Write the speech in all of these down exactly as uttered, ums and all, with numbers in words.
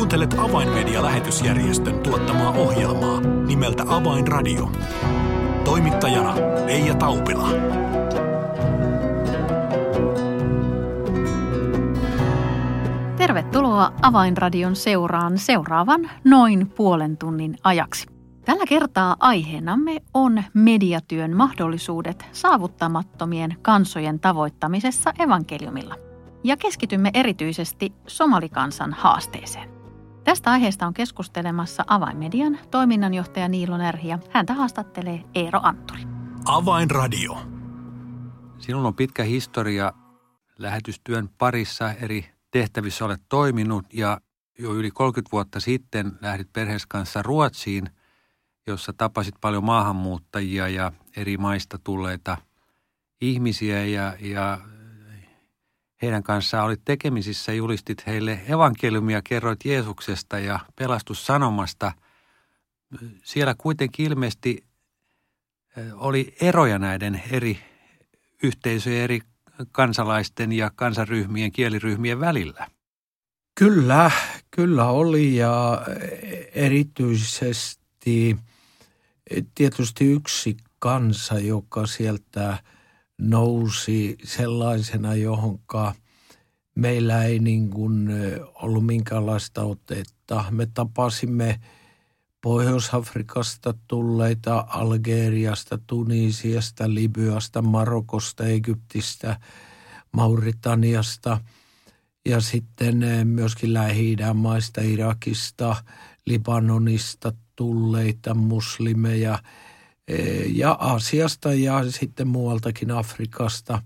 Kuuntelet Avainmedia-lähetysjärjestön tuottamaa ohjelmaa nimeltä Avainradio. Toimittajana Leija Taupila. Tervetuloa Avainradion seuraan seuraavan noin puolen tunnin ajaksi. Tällä kertaa aiheenamme on mediatyön mahdollisuudet saavuttamattomien kansojen tavoittamisessa evankeliumilla. Ja keskitymme erityisesti somalikansan haasteeseen. Tästä aiheesta on keskustelemassa Avainmedian toiminnanjohtaja Niilo Närhi ja häntä haastattelee Eero Antturi. Avainradio. Sinulla on pitkä historia lähetystyön parissa eri tehtävissä olet toiminut ja jo yli kolmekymmentä vuotta sitten lähdit perheesi kanssa Ruotsiin, jossa tapasit paljon maahanmuuttajia ja eri maista tulleita ihmisiä ja, ja heidän kanssaan olit tekemisissä, julistit heille evankeliumia, kerroit Jeesuksesta ja pelastussanomasta. Siellä kuitenkin ilmeisesti oli eroja näiden eri yhteisöjen, eri kansalaisten ja kansaryhmien, kieliryhmien välillä. Kyllä, kyllä oli ja erityisesti tietysti yksi kansa, joka sieltä nousi sellaisena, johonka meillä ei niin kuin ollut minkäänlaista otetta. Me tapasimme Pohjois-Afrikasta tulleita, Algeriasta, Tunisiasta, Libyasta, Marokosta, Egyptistä, Mauritaniasta ja sitten myöskin Lähi-idän maista, Irakista, Libanonista tulleita muslimeja ja Aasiasta ja sitten muualtakin Afrikasta.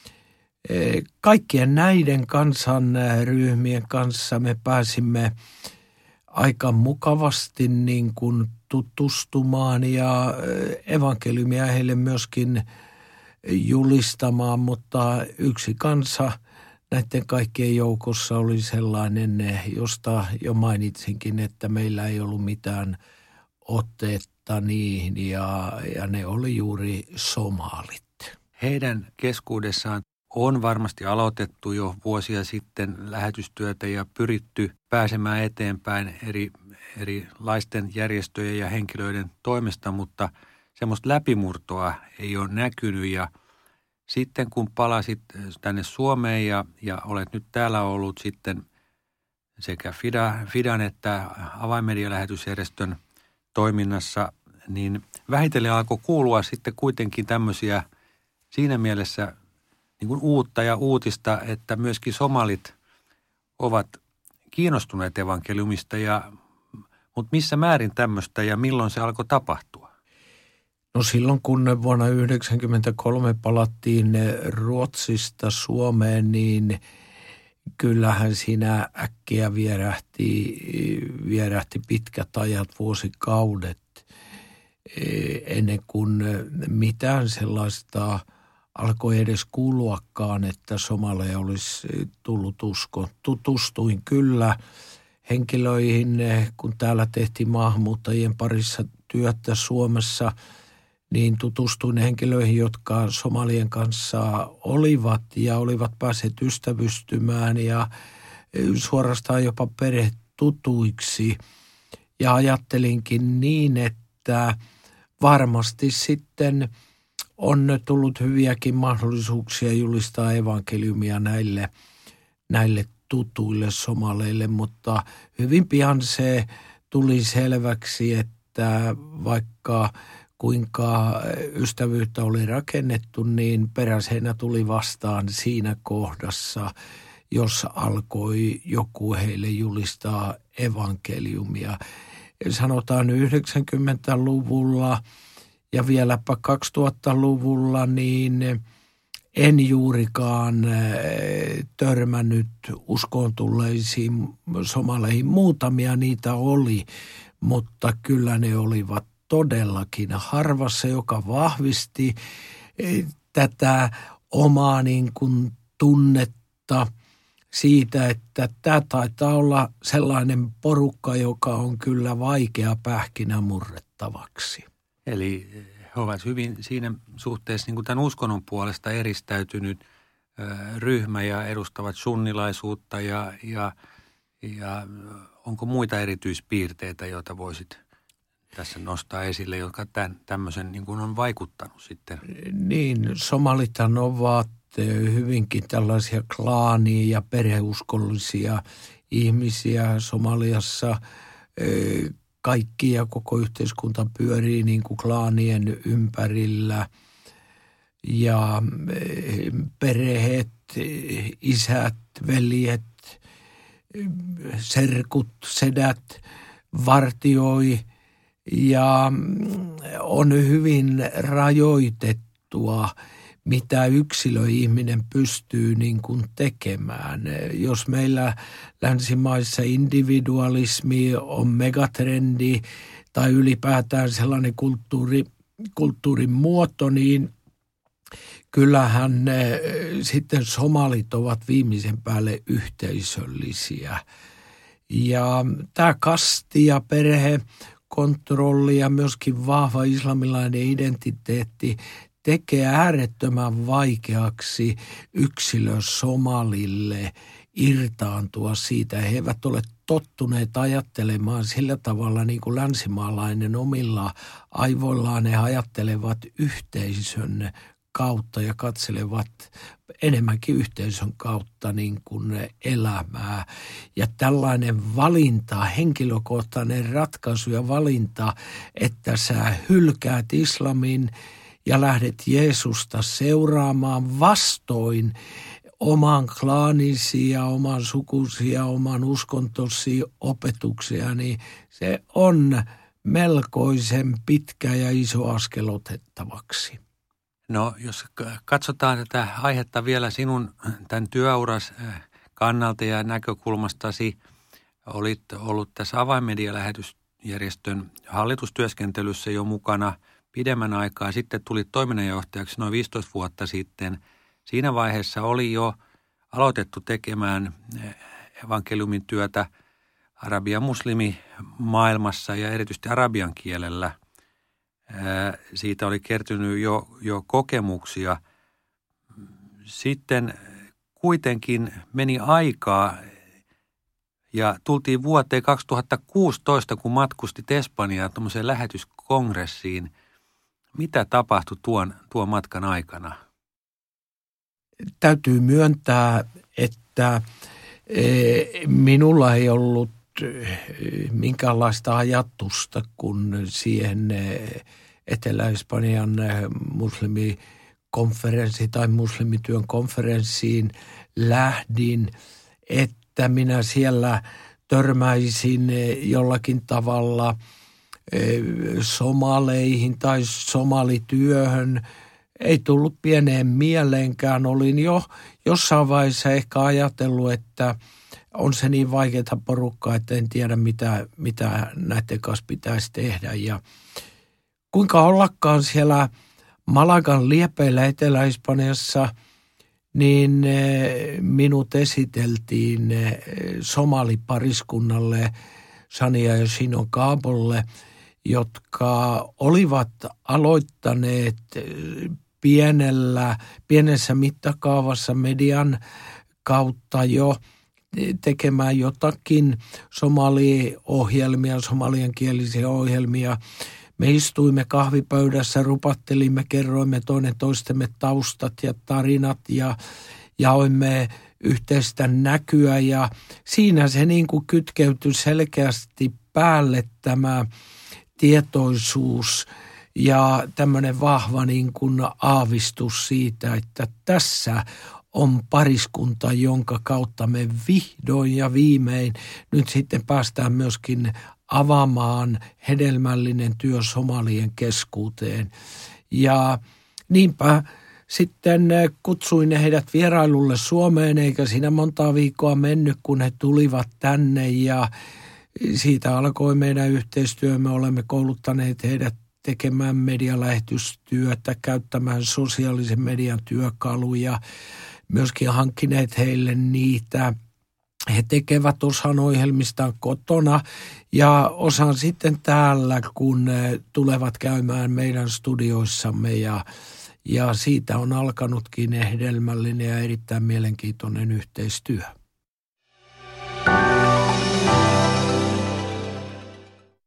Kaikkien näiden kansanryhmien kanssa me pääsimme aika mukavasti niin kuin tutustumaan ja evankeliumia heille myöskin julistamaan, mutta yksi kansa näiden kaikkien joukossa oli sellainen, josta jo mainitsinkin, että meillä ei ollut mitään otteetta niihin ja, ja ne oli juuri somalit. Heidän keskuudessaan on varmasti aloitettu jo vuosia sitten lähetystyötä ja pyritty pääsemään eteenpäin eri, erilaisten järjestöjen ja henkilöiden toimesta, mutta semmoista läpimurtoa ei ole näkynyt. Ja sitten kun palasit tänne Suomeen ja, ja olet nyt täällä ollut sitten sekä Fida, Fidan että Avainmedia-lähetysjärjestön toiminnassa, niin vähitellen alkoi kuulua sitten kuitenkin tämmöisiä siinä mielessä niin kuin uutta ja uutista, että myöskin somalit ovat kiinnostuneet evankeliumista, ja, mutta missä määrin tämmöistä ja milloin se alkoi tapahtua? No silloin kun vuonna yhdeksänkymmentäkolme palattiin Ruotsista Suomeen, niin kyllähän siinä äkkiä vierähti, vierähti pitkät ajat, vuosikaudet, ennen kuin mitään sellaista alkoi edes kuuluakaan, että somaleja olisi tullut usko. Tutustuin kyllä henkilöihin, kun täällä tehtiin maahanmuuttajien parissa työtä Suomessa, niin tutustuin henkilöihin, jotka somalien kanssa olivat ja olivat päässeet ystävystymään ja suorastaan jopa perhetutuiksi. Ja ajattelinkin niin, että varmasti sitten on tullut hyviäkin mahdollisuuksia julistaa evankeliumia näille, näille tutuille somaleille, mutta hyvin pian se tuli selväksi, että vaikka kuinka ystävyyttä oli rakennettu, niin peräseinä tuli vastaan siinä kohdassa, jos alkoi joku heille julistaa evankeliumia. Sanotaan yhdeksänkymmentäluvulla ja vieläpä kaksituhattaluvulla, niin en juurikaan törmännyt uskoon tulleisiin somaleihin. Muutamia niitä oli, mutta kyllä ne olivat todellakin harvassa, joka vahvisti tätä omaa niin kuin tunnetta siitä, että tämä taitaa olla sellainen porukka, joka on kyllä vaikea pähkinä murrettavaksi. Eli he ovat hyvin siinä suhteessa niin kuin tämän uskonnon puolesta eristäytynyt ryhmä ja edustavat sunnilaisuutta ja, ja, Ja onko muita erityispiirteitä, joita voisit tässä nostaa esille, jotka tämän, tämmöisen niin kuin on vaikuttanut sitten? Niin, somalithan ovat hyvinkin tällaisia klaania ja perheuskollisia ihmisiä. Somaliassa kaikki ja koko yhteiskunta pyörii niin kuin klaanien ympärillä ja perheet, isät, veljet, serkut, sedät vartioi ja on hyvin rajoitettua, mitä yksilöihminen pystyy niin kuin tekemään. Jos meillä länsimaissa individualismi on megatrendi tai ylipäätään sellainen kulttuuri, kulttuurin muoto, niin kyllähän ne, sitten somalit ovat viimeisen päälle yhteisöllisiä. Ja tämä kasti ja perhekontrolli ja myöskin vahva islamilainen identiteetti tekee äärettömän vaikeaksi yksilö somalille irtaantua siitä. He eivät ole tottuneet ajattelemaan sillä tavalla niin kuin länsimaalainen omilla aivoillaan. He ajattelevat yhteisön kautta ja katselevat enemmänkin yhteisön kautta niin kuin elämää. Ja tällainen valinta, henkilökohtainen ratkaisu ja valinta, että sä hylkäät islamin ja lähdet Jeesusta seuraamaan vastoin oman klaanisi ja oman sukusi ja oman uskontosi opetuksia, niin se on melkoisen pitkä ja iso askel otettavaksi. No jos katsotaan tätä aihetta vielä sinun tämän työuras kannalta ja näkökulmastasi, olit ollut tässä Avainmedia-lähetysjärjestön hallitustyöskentelyssä jo mukana pidemmän aikaa. Sitten tulit toiminnanjohtajaksi noin viisitoista vuotta sitten. Siinä vaiheessa oli jo aloitettu tekemään evankeliumin työtä arabian muslimimaailmassa ja erityisesti arabian kielellä. Siitä oli kertynyt jo, jo kokemuksia. Sitten kuitenkin meni aikaa ja tultiin vuoteen kaksituhattakuusitoista, kun matkustit Espanjaan tuommoiseen lähetyskongressiin. Mitä tapahtui tuon, tuon matkan aikana? Täytyy myöntää, että minulla ei ollut minkäänlaista ajatusta, kun siihen Etelä-Espanjan muslimikonferenssi tai muslimityön konferenssiin lähdin, että minä siellä törmäisin jollakin tavalla somaleihin tai somalityöhön. Ei tullut pieneen mieleenkään. Olin jo jossain vaiheessa ehkä ajatellut, että on se niin vaikeaa porukkaa, että en tiedä mitä, mitä näiden kanssa pitäisi tehdä. Ja kuinka ollakaan siellä Malagan liepeillä Etelä-Espanjassa, niin minut esiteltiin somalipariskunnalle, Sania ja Shino Kaabolle, jotka olivat aloittaneet pienellä, pienessä mittakaavassa median kautta jo tekemään jotakin somaliohjelmia, somaliankielisiä ohjelmia. Me istuimme kahvipöydässä, rupattelimme, kerroimme toinen toistemme taustat ja tarinat ja jaoimme yhteistä näkyä ja siinä se niin kuin kytkeytyi selkeästi päälle tämä tietoisuus ja tämmöinen vahva niin kuin aavistus siitä, että tässä on pariskunta, jonka kautta me vihdoin ja viimein nyt sitten päästään myöskin avaamaan hedelmällinen työ somalien keskuuteen. Ja niinpä sitten kutsuin heidät vierailulle Suomeen, eikä siinä montaa viikkoa mennyt, kun he tulivat tänne ja siitä alkoi meidän yhteistyö. Me olemme kouluttaneet heidät tekemään medialähetystyötä, käyttämään sosiaalisen median työkaluja, myöskin hankkineet heille niitä. He tekevät osan ohjelmistaan kotona ja osan sitten täällä, kun tulevat käymään meidän studioissamme ja, ja siitä on alkanutkin hedelmällinen ja erittäin mielenkiintoinen yhteistyö.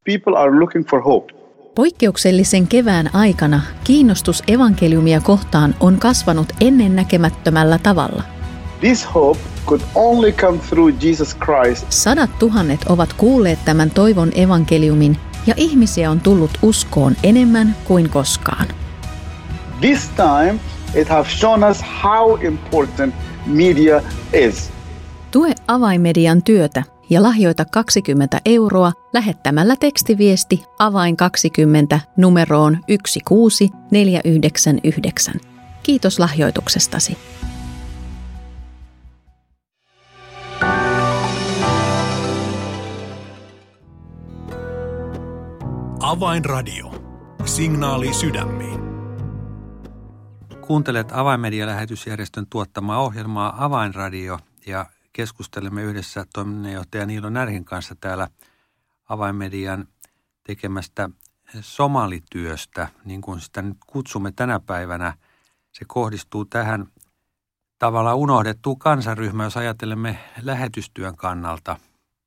People are looking for hope. Poikkeuksellisen kevään aikana kiinnostus evankeliumia kohtaan on kasvanut ennennäkemättömällä tavalla. This hope could only come through Jesus Christ. Sadat tuhannet ovat kuulleet tämän toivon evankeliumin ja ihmisiä on tullut uskoon enemmän kuin koskaan. This time it has shown us how important media is. Tue Avainmedian työtä ja lahjoita kaksikymmentä euroa lähettämällä tekstiviesti avain kaksikymmentä numeroon yksi kuusi neljä yhdeksän yhdeksän. Kiitos lahjoituksestasi. Avainradio. Signaali sydämiin. Kuuntelet Avainmedia-lähetysjärjestön tuottamaa ohjelmaa Avainradio ja keskustelemme yhdessä toiminnanjohtaja Niilo Närhin kanssa täällä Avainmedian tekemästä somalityöstä, niin kuin sitä nyt kutsumme tänä päivänä. Se kohdistuu tähän tavallaan unohdettuun kansanryhmään, jos ajattelemme lähetystyön kannalta.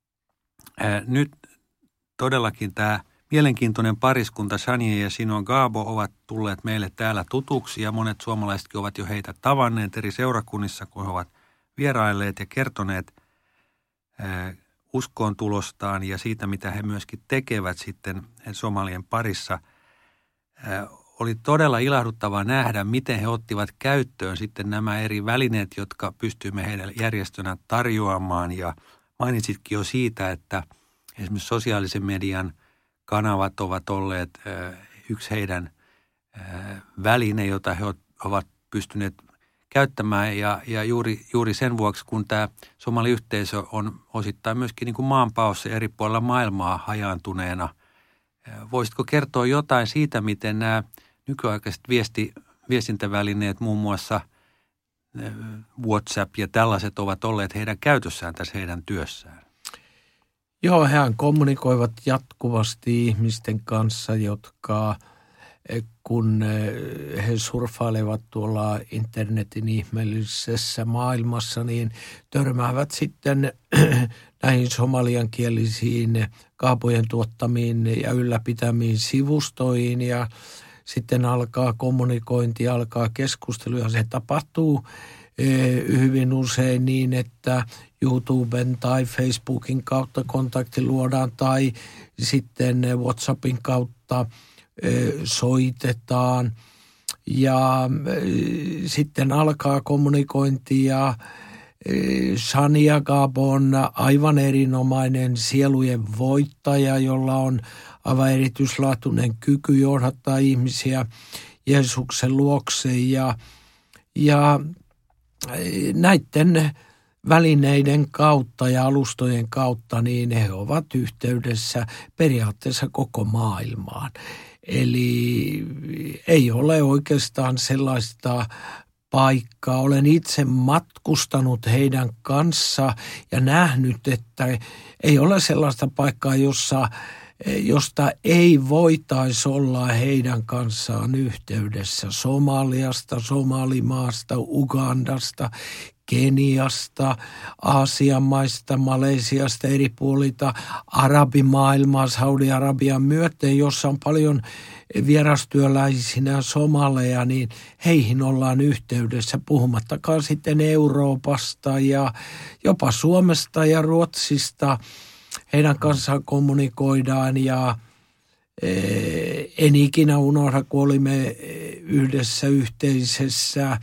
Nyt todellakin tämä mielenkiintoinen pariskunta Shania ja Sinon Gabo ovat tulleet meille täällä tutuksi ja monet suomalaisetkin ovat jo heitä tavanneet eri seurakunnissa, kun he ovat vierailleet ja kertoneet äh, uskoon tulostaan ja siitä, mitä he myöskin tekevät sitten somalien parissa. Äh, oli todella ilahduttavaa nähdä, miten he ottivat käyttöön sitten nämä eri välineet, jotka pystyimme heidän järjestönä tarjoamaan. Ja mainitsitkin jo siitä, että esimerkiksi sosiaalisen median kanavat ovat olleet äh, yksi heidän äh, väline, jota he ovat pystyneet käyttämään ja, ja juuri, juuri sen vuoksi, kun tämä somaliyhteisö on osittain myöskin niin kuin maanpaossa eri puolilla maailmaa hajaantuneena. Voisitko kertoa jotain siitä, miten nämä nykyaikaiset viesti, viestintävälineet, muun muassa WhatsApp ja tällaiset ovat olleet heidän käytössään tässä heidän työssään? Joo, hehän kommunikoivat jatkuvasti ihmisten kanssa, jotka kun he surffailevat tuolla internetin ihmeellisessä maailmassa, niin törmäävät sitten näihin somaliankielisiin Gaabojen tuottamiin ja ylläpitämiin sivustoihin ja sitten alkaa kommunikointi, alkaa keskustelu ja se tapahtuu hyvin usein niin, että YouTuben tai Facebookin kautta kontakti luodaan tai sitten WhatsAppin kautta soitetaan ja sitten alkaa kommunikointi ja Shania Gabo on aivan erinomainen sielujen voittaja, jolla on aivan erityislaatuinen kyky johdattaa ihmisiä Jeesuksen luokse ja, ja näiden välineiden kautta ja alustojen kautta niin he ovat yhteydessä periaatteessa koko maailmaan. Eli ei ole oikeastaan sellaista paikkaa. Olen itse matkustanut heidän kanssa ja nähnyt, että ei ole sellaista paikkaa, jossa, josta ei voitaisi olla heidän kanssaan yhteydessä. Somaliasta, Somalimaasta, Ugandasta, Keniasta, Aasian maista, Malesiasta, eri puolilta, arabimaailmaa, Saudi-Arabian myöten, jossa on paljon vierastyöläisinä somaleja, niin heihin ollaan yhteydessä, puhumattakaan sitten Euroopasta ja jopa Suomesta ja Ruotsista. Heidän kanssaan kommunikoidaan ja en ikinä unohda, kun olimme yhdessä yhteisessä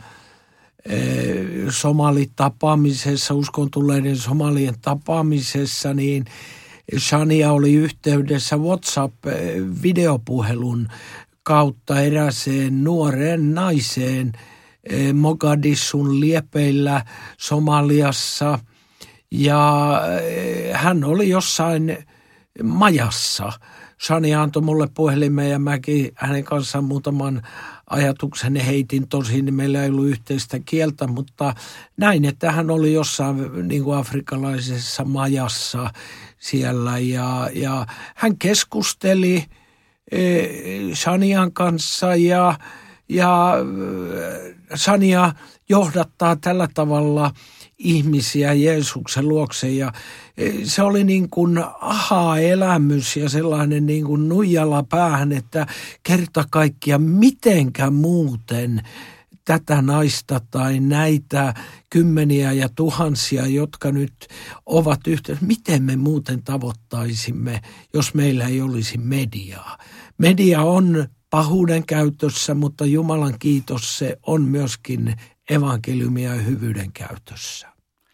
somalitapaamisessa, uskon tulleiden somalien tapaamisessa, niin Shania oli yhteydessä WhatsApp-videopuhelun kautta eräseen nuoreen naiseen Mogadishun liepeillä Somaliassa ja hän oli jossain majassa. Shania antoi mulle puhelimeen ja mäkin hänen kanssaan muutaman ajatuksen heitin. Tosin meillä ei ollut yhteistä kieltä, mutta näin, että hän oli jossain niin kuin afrikkalaisessa majassa siellä ja, ja hän keskusteli e, Shanian kanssa ja, ja Shania johdattaa tällä tavalla ihmisiä Jeesuksen luokse ja se oli niin kuin aha-elämys ja sellainen niin kuin nuijalla päähän, että kerta kaikkiaan mitenkä muuten tätä naista tai näitä kymmeniä ja tuhansia, jotka nyt ovat yhteydessä, miten me muuten tavoittaisimme, jos meillä ei olisi mediaa. Media on pahuuden käytössä, mutta Jumalan kiitos, se on myöskin evankeliumia ja hyvyyden käytössä.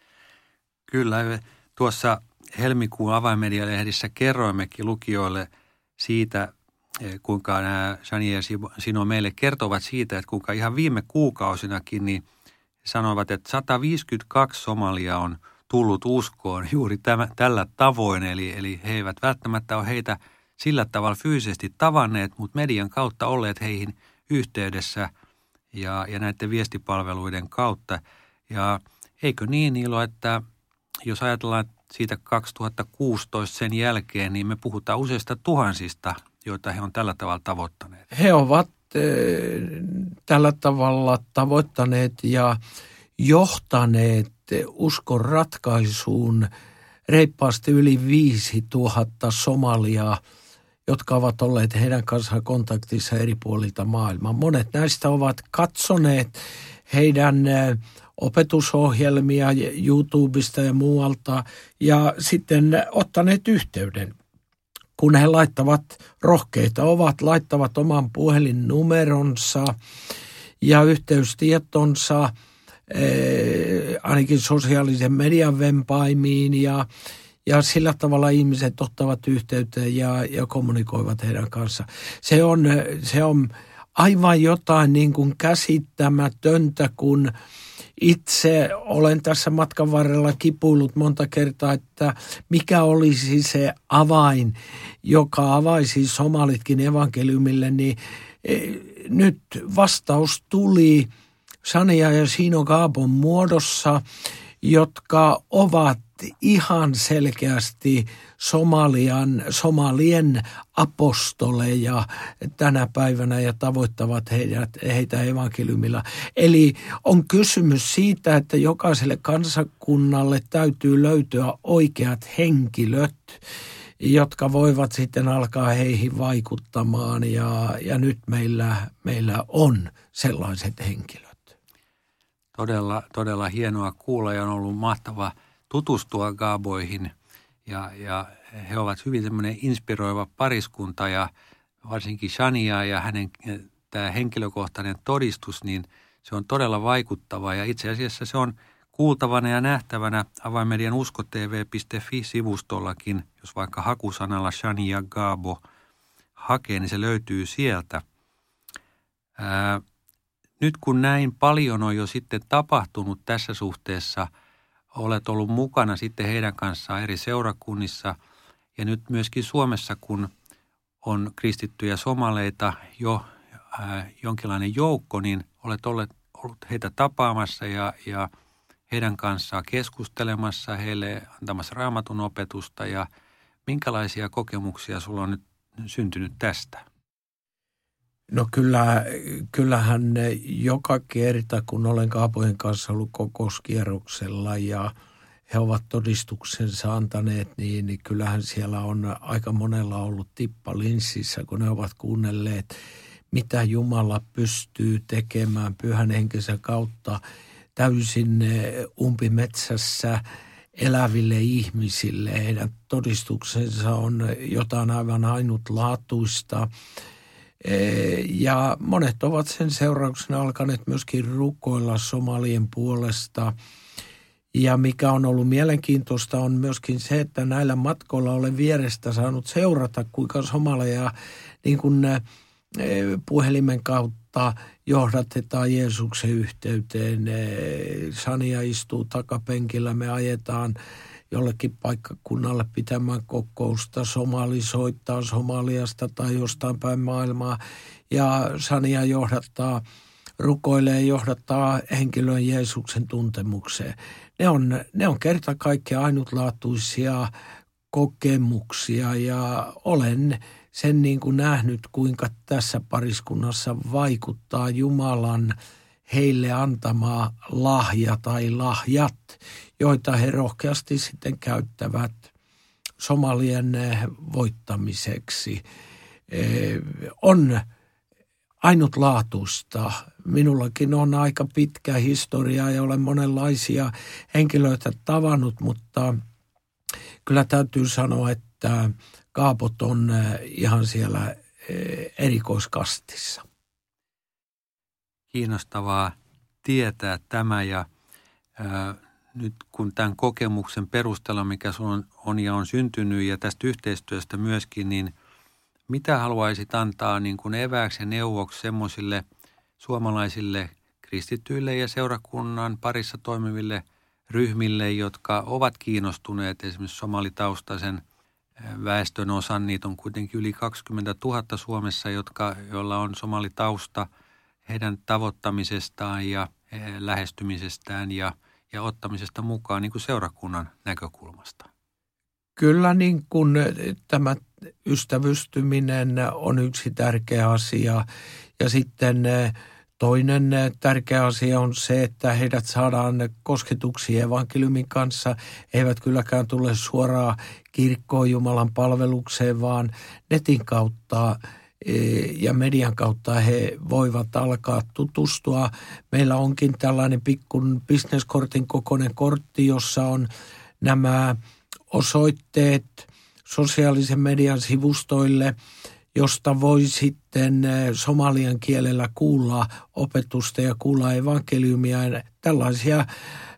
Kyllä, tuossa helmikuun avainmedialehdissä kerroimmekin lukijoille siitä, kuinka nämä Shani ja Sino meille kertovat siitä, että kuinka ihan viime kuukausinakin niin sanoivat, että sata viisikymmentäkaksi somalia on tullut uskoon juuri tämä, tällä tavoin. Eli, eli he eivät välttämättä ole heitä sillä tavalla fyysisesti tavanneet, mutta median kautta olleet heihin yhteydessä ja, ja näiden viestipalveluiden kautta. Ja eikö niin, Ilo, että jos ajatellaan siitä kaksituhattakuusitoista sen jälkeen, niin me puhutaan useista tuhansista, joita he on tällä tavalla tavoittaneet. He ovat e, tällä tavalla tavoittaneet ja johtaneet uskon ratkaisuun reippaasti yli viisi tuhatta somaliaa, jotka ovat olleet heidän kanssaan kontaktissa eri puolilta maailmaa. Monet näistä ovat katsoneet heidän opetusohjelmia YouTubesta ja muualta ja sitten ottaneet yhteyden. Kun he laittavat rohkeita ovat, laittavat oman puhelinnumeronsa ja yhteystietonsa eh, ainakin sosiaalisen median vempaimiin ja, ja sillä tavalla ihmiset ottavat yhteyttä ja, ja kommunikoivat heidän kanssa. Se on, se on aivan jotain niin kuin käsittämätöntä, kun itse olen tässä matkan varrella kipuillut monta kertaa, että mikä olisi se avain, joka avaisi somalitkin evankeliumille, niin nyt vastaus tuli Shania ja Sino Gabon muodossa, jotka ovat ihan selkeästi Somalian, Somalien apostoleja tänä päivänä ja tavoittavat heidät, heitä evankeliumilla. Eli on kysymys siitä, että jokaiselle kansakunnalle täytyy löytyä oikeat henkilöt, jotka voivat sitten alkaa heihin vaikuttamaan ja, ja nyt meillä, meillä on sellaiset henkilöt. Todella, todella hienoa kuulla ja on ollut mahtava tutustua Gaboihin ja, ja he ovat hyvin semmoinen inspiroiva pariskunta ja varsinkin Shania ja hänen tämä henkilökohtainen todistus, niin se on todella vaikuttava ja itse asiassa se on kuultavana ja nähtävänä avainmedian uskotv piste fi-sivustollakin, jos vaikka hakusanalla Shania Gabo hakee, niin se löytyy sieltä. Ää, nyt kun näin paljon on jo sitten tapahtunut tässä suhteessa, olet ollut mukana sitten heidän kanssaan eri seurakunnissa ja nyt myöskin Suomessa, kun on kristittyjä somaleita jo ää, jonkinlainen joukko, niin olet ollut, ollut heitä tapaamassa ja, ja heidän kanssaan keskustelemassa, heille antamassa raamatun opetusta ja minkälaisia kokemuksia sulla on nyt syntynyt tästä? No kyllä, kyllähän joka kerta, kun olen Kaapojen kanssa ollut kokouskierroksella ja he ovat todistuksensa antaneet, niin, niin kyllähän siellä on aika monella ollut tippa linssissä, kun he ovat kuunnelleet, mitä Jumala pystyy tekemään pyhän henkensä kautta täysin umpimetsässä eläville ihmisille. Heidän todistuksensa on jotain aivan ainutlaatuista. Ja monet ovat sen seurauksena alkaneet myöskin rukoilla somalien puolesta. Ja mikä on ollut mielenkiintoista on myöskin se, että näillä matkoilla olen vierestä saanut seurata, kuinka somaleja niin kuin puhelimen kautta johdatetaan Jeesuksen yhteyteen. Shania istuu takapenkillä, me ajetaan jollekin paikkakunnalle pitämään kokousta, somali soittaa Somaliasta tai jostain päin maailmaa ja Shania johdattaa, rukoilee ja johdattaa henkilön Jeesuksen tuntemukseen. Ne on, ne on kerta kaikkiaan ainutlaatuisia kokemuksia ja olen sen niin kuin nähnyt, kuinka tässä pariskunnassa vaikuttaa Jumalan heille antama lahja tai lahjat, joita he rohkeasti sitten käyttävät somalien voittamiseksi, on ainutlaatuista. Minullakin on aika pitkä historia ja olen monenlaisia henkilöitä tavannut, mutta kyllä täytyy sanoa, että kaapot on ihan siellä erikoiskastissa. Kiinnostavaa tietää tämä ja ää, nyt kun tämän kokemuksen perusteella, mikä sun on, on ja on syntynyt ja tästä yhteistyöstä myöskin, niin mitä haluaisit antaa niin kuin evääksi ja neuvoksi semmoisille suomalaisille kristityille ja seurakunnan parissa toimiville ryhmille, jotka ovat kiinnostuneet esimerkiksi somalitaustaisen väestön osan, niitä on kuitenkin yli kaksikymmentätuhatta Suomessa, jotka, joilla on somalitausta, heidän tavoittamisestaan ja lähestymisestään ja, ja ottamisesta mukaan niin kuin seurakunnan näkökulmasta. Kyllä niin kuin tämä ystävystyminen on yksi tärkeä asia ja sitten toinen tärkeä asia on se, että heidät saadaan kosketuksiin evankeliumin kanssa. He eivät kylläkään tule suoraan kirkkoon Jumalan palvelukseen, vaan netin kautta ja median kautta he voivat alkaa tutustua. Meillä onkin tällainen pikkun businesskortin kokoinen kortti, jossa on nämä osoitteet sosiaalisen median sivustoille, josta voi sitten somalian kielellä kuulla opetusta ja kuulla evankeliumia. Tällaisia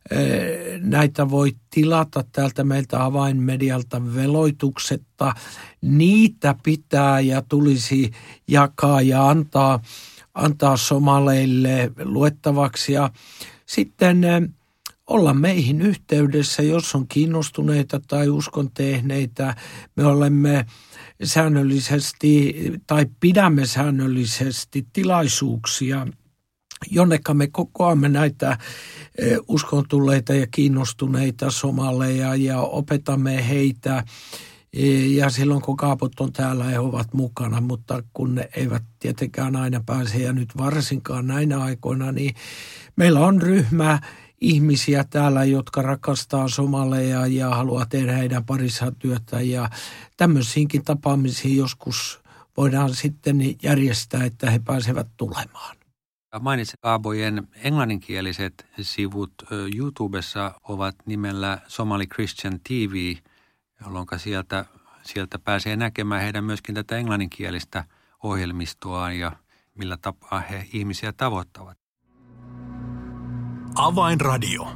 näitä voi tilata täältä meiltä avainmedialta veloituksetta. Niitä pitää ja tulisi jakaa ja antaa, antaa somaleille luettavaksi. Ja sitten olla meihin yhteydessä, jos on kiinnostuneita tai uskon tehneitä. Me olemme säännöllisesti tai pidämme säännöllisesti tilaisuuksia, jonneka me kokoamme näitä uskon tulleita ja kiinnostuneita somaleja ja opetamme heitä. Ja silloin kun kaapot on täällä, he ovat mukana, mutta kun ne eivät tietenkään aina pääse ja nyt varsinkaan näinä aikoina, niin meillä on ryhmä ihmisiä täällä, jotka rakastaa somaleja ja haluaa tehdä heidän parissaan työtä ja tämmöisiinkin tapaamisiin joskus voidaan sitten järjestää, että he pääsevät tulemaan. Mainitsin Kaabojen englanninkieliset sivut YouTubessa ovat nimellä Somali Christian T V, jolloin sieltä, sieltä pääsee näkemään heidän myöskin tätä englanninkielistä ohjelmistoa ja millä tapaa he ihmisiä tavoittavat. Avainradio.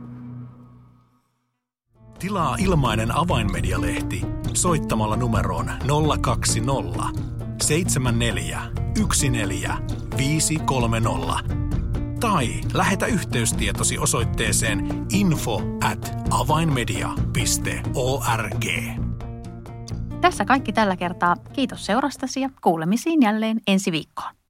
Tilaa ilmainen Avainmedia-lehti soittamalla numeroon nolla kaksi nolla seitsemän neljä yksi neljä viisi kolme nolla tai lähetä yhteystietosi osoitteeseen info at avainmedia piste org. Tässä kaikki tällä kertaa. Kiitos seurastasi ja kuulemisiin jälleen ensi viikkoon.